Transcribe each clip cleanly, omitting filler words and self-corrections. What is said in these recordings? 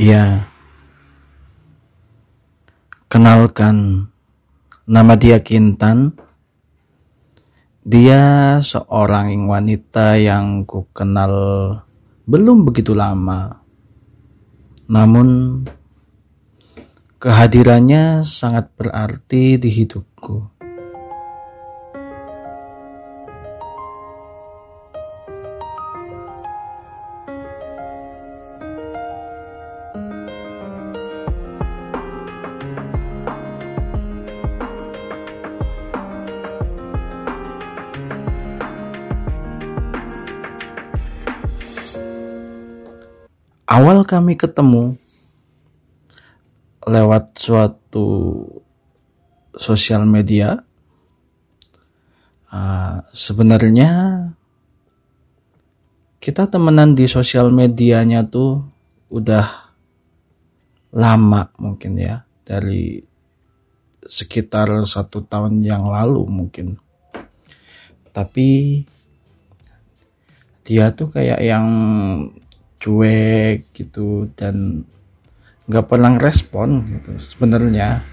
Ya, kenalkan, nama dia Kintan. Dia seorang wanita yang ku kenal belum begitu lama. Namun, kehadirannya sangat berarti di hidupku. Awal kami ketemu lewat suatu sosial media. Sebenarnya kita temenan di sosial medianya tuh udah lama mungkin ya, dari sekitar 1 tahun yang lalu mungkin. Tapi dia tuh kayak yang cuek gitu dan nggak pernah respon gitu sebenarnya.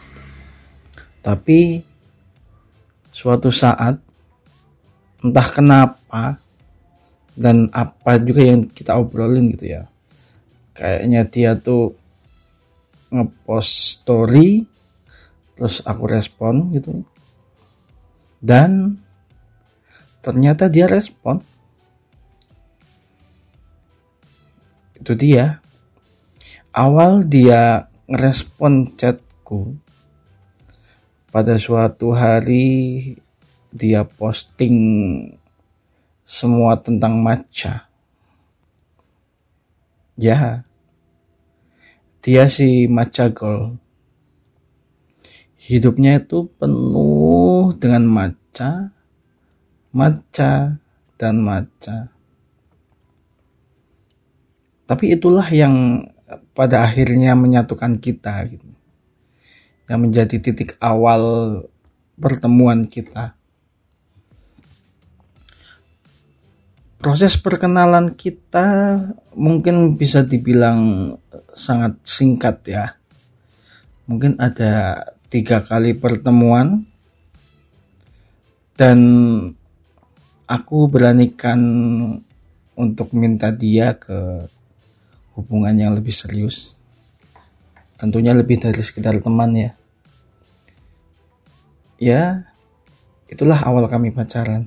Tapi suatu saat entah kenapa dan apa juga yang kita obrolin gitu ya, kayaknya dia tuh ngepost story terus aku respon gitu, dan ternyata dia respon. Itu dia. Awal dia ngerespon chatku pada suatu hari, dia posting semua tentang matcha. Ya, dia si matcha girl. Hidupnya itu penuh dengan matcha, dan matcha. Tapi itulah yang pada akhirnya menyatukan kita gitu. Yang menjadi titik awal pertemuan kita. Proses perkenalan kita mungkin bisa dibilang sangat singkat ya. Mungkin ada 3 kali pertemuan, dan aku beranikan untuk minta dia ke hubungan yang lebih serius. Tentunya lebih dari sekedar teman ya. Ya, itulah awal kami pacaran.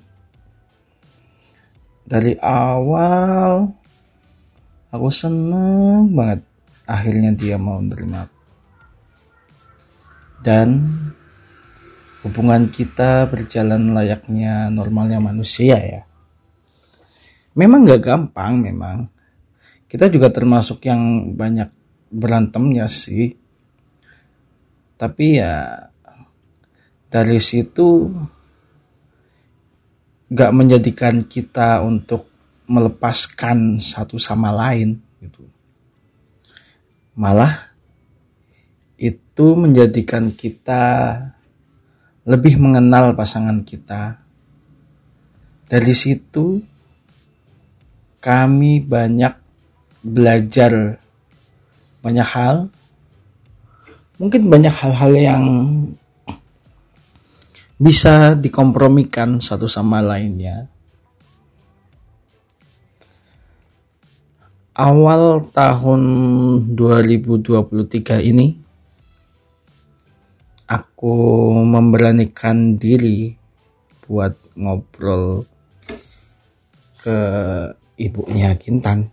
Dari awal aku seneng banget akhirnya dia mau menerima. Dan hubungan kita berjalan layaknya normalnya manusia ya. Memang gak gampang memang. Kita juga termasuk yang banyak berantemnya sih. Tapi ya dari situ gak menjadikan kita untuk melepaskan satu sama lain gitu. Malah itu menjadikan kita lebih mengenal pasangan kita. Dari situ kami banyak belajar banyak hal. Mungkin banyak hal-hal yang bisa dikompromikan satu sama lainnya. Awal tahun 2023 ini aku memberanikan diri buat ngobrol ke ibunya Kintan.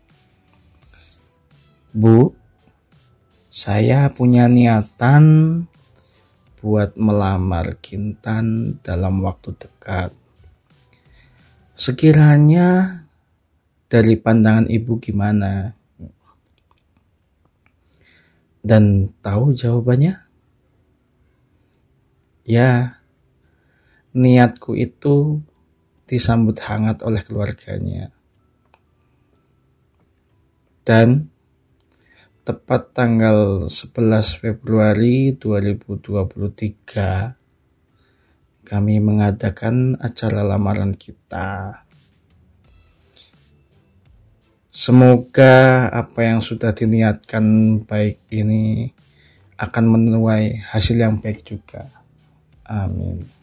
Bu, saya punya niatan buat melamar Kintan dalam waktu dekat. Sekiranya dari pandangan ibu gimana? Dan tahu jawabannya? Ya, niatku itu disambut hangat oleh keluarganya. Dan tepat tanggal 11 Februari 2023 kami mengadakan acara lamaran kita. Semoga apa yang sudah diniatkan baik ini akan menuai hasil yang baik juga. Amin.